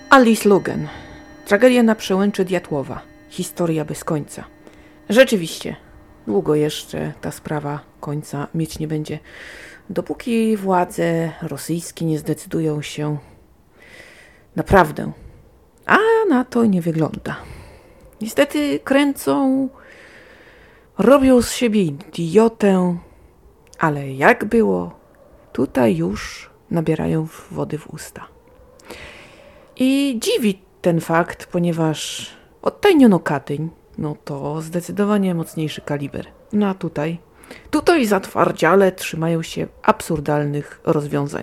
Alice Logan. Tragedia na przełęczy Diatłowa. Historia bez końca. Rzeczywiście, długo jeszcze ta sprawa końca mieć nie będzie, dopóki władze rosyjskie nie zdecydują się naprawdę. A na to nie wygląda. Niestety kręcą, robią z siebie idiotę, ale jak było, tutaj już nabierają wody w usta. I dziwi ten fakt, ponieważ odtajniono Katyń, no to zdecydowanie mocniejszy kaliber. No a tutaj zatwardziale trzymają się absurdalnych rozwiązań.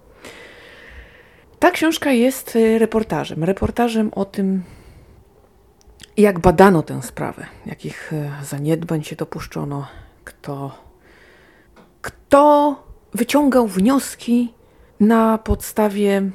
Ta książka jest reportażem o tym, jak badano tę sprawę, jakich zaniedbań się dopuszczono, kto wyciągał wnioski na podstawie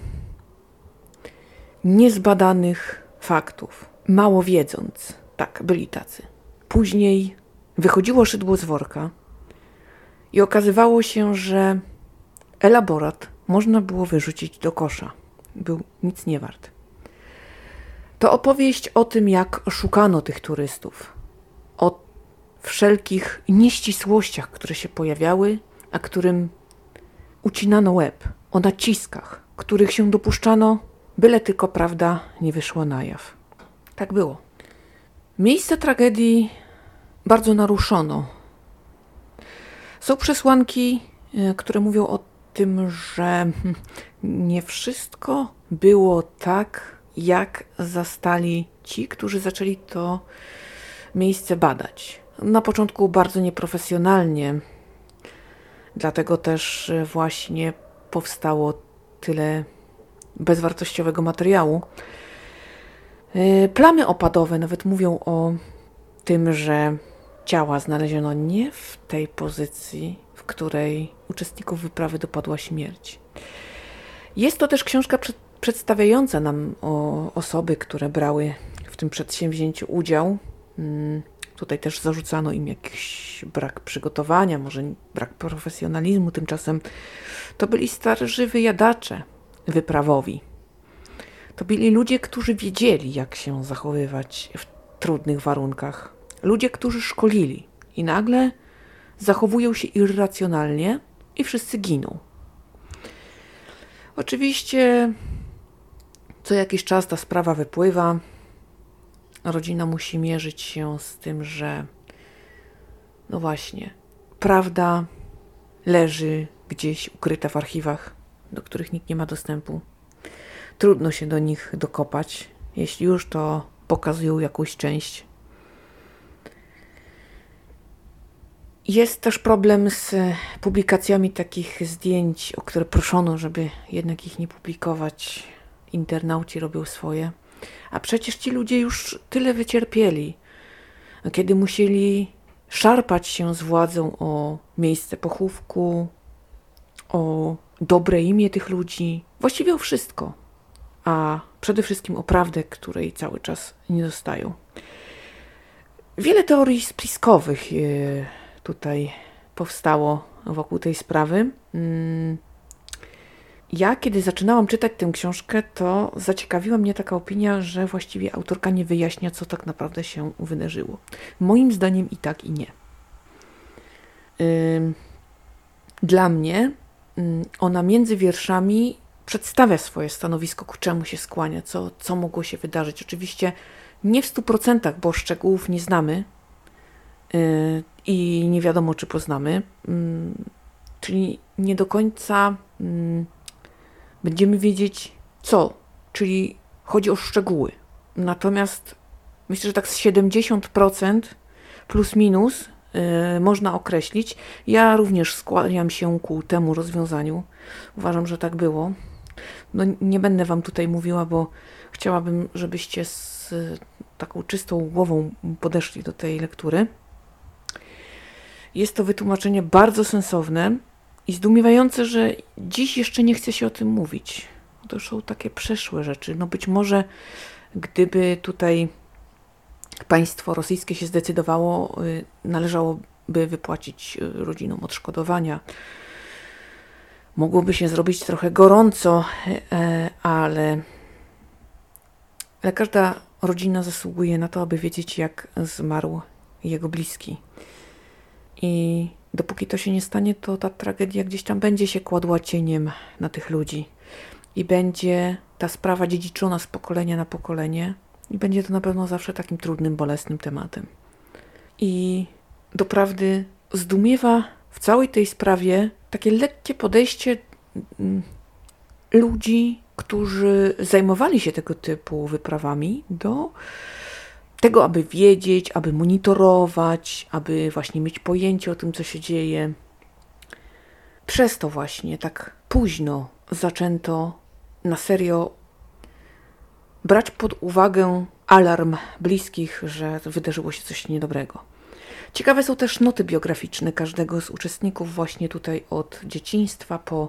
niezbadanych faktów, mało wiedząc. Tak, byli tacy. Później wychodziło szydło z worka i okazywało się, że elaborat można było wyrzucić do kosza. Był nic nie wart. To opowieść o tym, jak szukano tych turystów, o wszelkich nieścisłościach, które się pojawiały, a którym ucinano łeb, o naciskach, których się dopuszczano, byle tylko prawda nie wyszła na jaw. Tak było. Miejsce tragedii bardzo naruszono. Są przesłanki, które mówią o tym, że nie wszystko było tak, jak zastali ci, którzy zaczęli to miejsce badać. Na początku bardzo nieprofesjonalnie, dlatego też właśnie powstało tyle bezwartościowego materiału. Plamy opadowe nawet mówią o tym, że ciała znaleziono nie w tej pozycji, w której uczestników wyprawy dopadła śmierć. Jest to też książka przedstawiająca nam osoby, które brały w tym przedsięwzięciu udział. Tutaj też zarzucano im jakiś brak przygotowania, może brak profesjonalizmu. Tymczasem to byli starzy wyjadacze wyprawowi. To byli ludzie, którzy wiedzieli, jak się zachowywać w trudnych warunkach. Ludzie, którzy szkolili i nagle zachowują się irracjonalnie i wszyscy giną. Oczywiście co jakiś czas ta sprawa wypływa. Rodzina musi mierzyć się z tym, że no właśnie, prawda leży gdzieś ukryta w archiwach, do których nikt nie ma dostępu. Trudno się do nich dokopać. Jeśli już, to pokazują jakąś część. Jest też problem z publikacjami takich zdjęć, o które proszono, żeby jednak ich nie publikować. Internauci robią swoje. A przecież ci ludzie już tyle wycierpieli, kiedy musieli szarpać się z władzą o miejsce pochówku, o dobre imię tych ludzi, właściwie o wszystko, a przede wszystkim o prawdę, której cały czas nie dostają. Wiele teorii spiskowych tutaj powstało wokół tej sprawy. Ja, kiedy zaczynałam czytać tę książkę, to zaciekawiła mnie taka opinia, że właściwie autorka nie wyjaśnia, co tak naprawdę się wydarzyło. Moim zdaniem i tak, i nie. Dla mnie ona między wierszami przedstawia swoje stanowisko, ku czemu się skłania, co mogło się wydarzyć. Oczywiście nie w 100%, bo szczegółów nie znamy i nie wiadomo, czy poznamy. Czyli nie do końca będziemy wiedzieć co, czyli chodzi o szczegóły. Natomiast myślę, że tak z 70% plus minus można określić. Ja również skłaniam się ku temu rozwiązaniu. Uważam, że tak było. No, nie będę wam tutaj mówiła, bo chciałabym, żebyście z taką czystą głową podeszli do tej lektury. Jest to wytłumaczenie bardzo sensowne i zdumiewające, że dziś jeszcze nie chce się o tym mówić. To są takie przeszłe rzeczy. No być może gdyby tutaj państwo rosyjskie się zdecydowało, należałoby wypłacić rodzinom odszkodowania. Mogłoby się zrobić trochę gorąco, ale Ale każda rodzina zasługuje na to, aby wiedzieć, jak zmarł jego bliski. I dopóki to się nie stanie, to ta tragedia gdzieś tam będzie się kładła cieniem na tych ludzi. I będzie ta sprawa dziedziczona z pokolenia na pokolenie. I będzie to na pewno zawsze takim trudnym, bolesnym tematem. I doprawdy zdumiewa w całej tej sprawie takie lekkie podejście ludzi, którzy zajmowali się tego typu wyprawami do tego, aby wiedzieć, aby monitorować, aby właśnie mieć pojęcie o tym, co się dzieje. Przez to właśnie tak późno zaczęto na serio brać pod uwagę alarm bliskich, że wydarzyło się coś niedobrego. Ciekawe są też noty biograficzne każdego z uczestników właśnie tutaj od dzieciństwa po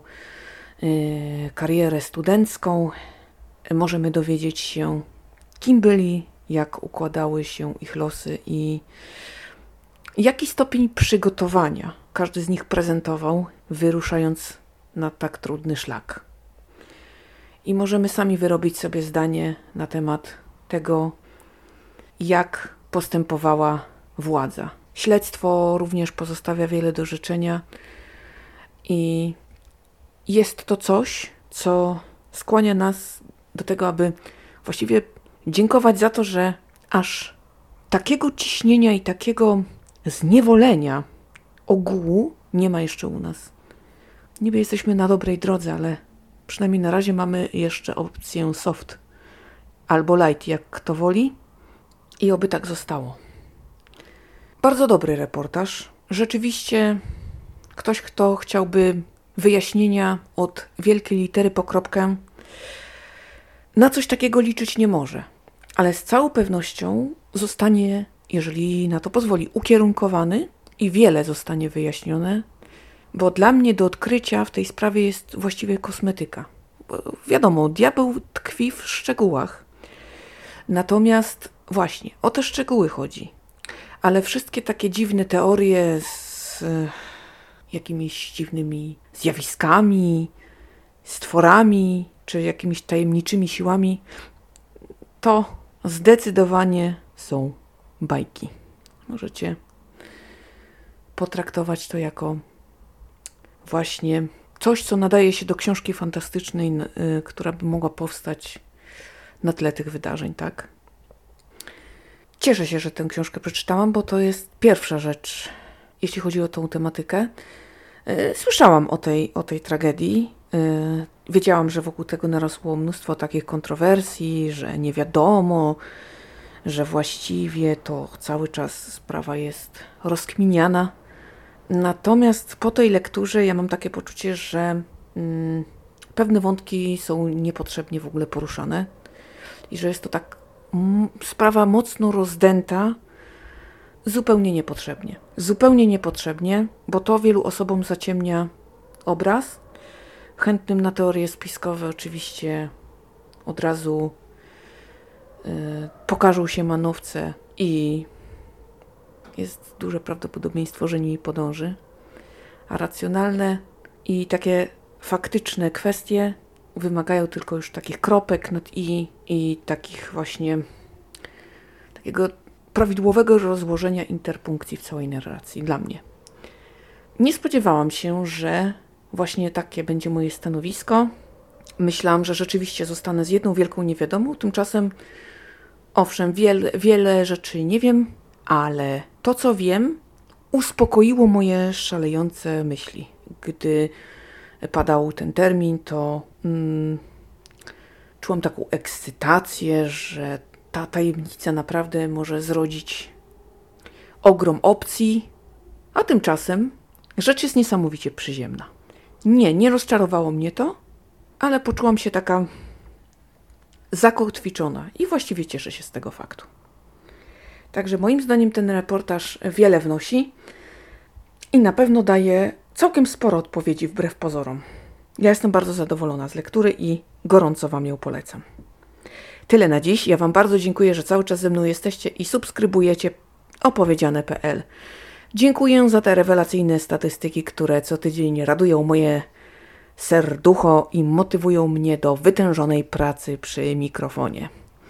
karierę studencką. Możemy dowiedzieć się, kim byli, jak układały się ich losy i jaki stopień przygotowania każdy z nich prezentował, wyruszając na tak trudny szlak. I możemy sami wyrobić sobie zdanie na temat tego, jak postępowała władza. Śledztwo również pozostawia wiele do życzenia i jest to coś, co skłania nas do tego, aby właściwie dziękować za to, że aż takiego ciśnienia i takiego zniewolenia ogółu nie ma jeszcze u nas. Niby jesteśmy na dobrej drodze, ale przynajmniej na razie mamy jeszcze opcję soft albo light, jak kto woli, i oby tak zostało. Bardzo dobry reportaż. Rzeczywiście ktoś, kto chciałby wyjaśnienia od wielkiej litery po kropkę, na coś takiego liczyć nie może. Ale z całą pewnością zostanie, jeżeli na to pozwoli, ukierunkowany i wiele zostanie wyjaśnione, bo dla mnie do odkrycia w tej sprawie jest właściwie kosmetyka. Bo wiadomo, diabeł tkwi w szczegółach. Natomiast właśnie o te szczegóły chodzi. Ale wszystkie takie dziwne teorie z jakimiś dziwnymi zjawiskami, stworami, czy jakimiś tajemniczymi siłami, to zdecydowanie są bajki. Możecie potraktować to jako właśnie coś, co nadaje się do książki fantastycznej, która by mogła powstać na tle tych wydarzeń, tak? Cieszę się, że tę książkę przeczytałam, bo to jest pierwsza rzecz, jeśli chodzi o tą tematykę. Słyszałam o tej tragedii. Wiedziałam, że wokół tego narosło mnóstwo takich kontrowersji, że nie wiadomo, że właściwie to cały czas sprawa jest rozkminiana. Natomiast po tej lekturze ja mam takie poczucie, że pewne wątki są niepotrzebnie w ogóle poruszane i że jest to tak sprawa mocno rozdęta, zupełnie niepotrzebnie. Zupełnie niepotrzebnie, bo to wielu osobom zaciemnia obraz. Chętnym na teorie spiskowe oczywiście od razu pokażą się manowce i jest duże prawdopodobieństwo, że nie podąży. A racjonalne i takie faktyczne kwestie wymagają tylko już takich kropek nad i takich właśnie takiego prawidłowego rozłożenia interpunkcji w całej narracji dla mnie. Nie spodziewałam się, że właśnie takie będzie moje stanowisko. Myślałam, że rzeczywiście zostanę z jedną wielką niewiadomą. Tymczasem, owszem, wiele rzeczy nie wiem, ale to, co wiem, uspokoiło moje szalejące myśli. Gdy padał ten termin, to czułam taką ekscytację, że ta tajemnica naprawdę może zrodzić ogrom opcji, a tymczasem rzecz jest niesamowicie przyziemna. Nie rozczarowało mnie to, ale poczułam się taka zakotwiczona i właściwie cieszę się z tego faktu. Także moim zdaniem ten reportaż wiele wnosi i na pewno daje całkiem sporo odpowiedzi wbrew pozorom. Ja jestem bardzo zadowolona z lektury i gorąco Wam ją polecam. Tyle na dziś. Ja Wam bardzo dziękuję, że cały czas ze mną jesteście i subskrybujecie opowiedziane.pl. Dziękuję za te rewelacyjne statystyki, które co tydzień radują moje serducho i motywują mnie do wytężonej pracy przy mikrofonie.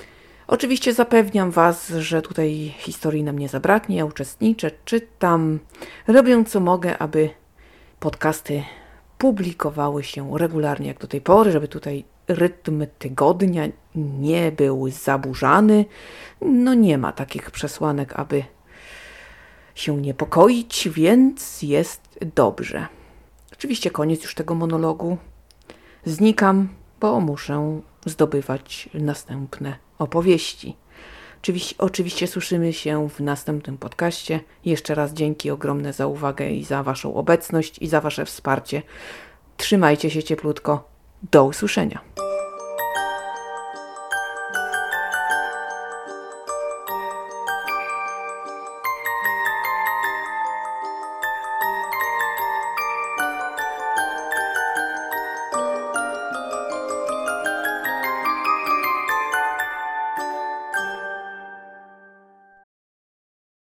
Oczywiście zapewniam Was, że tutaj historii nam nie zabraknie. Ja uczestniczę, czytam, robię co mogę, aby podcasty publikowały się regularnie jak do tej pory, żeby tutaj rytm tygodnia nie był zaburzany. No nie ma takich przesłanek, aby się niepokoić, więc jest dobrze. Oczywiście koniec już tego monologu. Znikam, bo muszę zdobywać następne opowieści. Oczywiście słyszymy się w następnym podcaście. Jeszcze raz dzięki ogromne za uwagę i za Waszą obecność i za Wasze wsparcie. Trzymajcie się cieplutko. Do usłyszenia.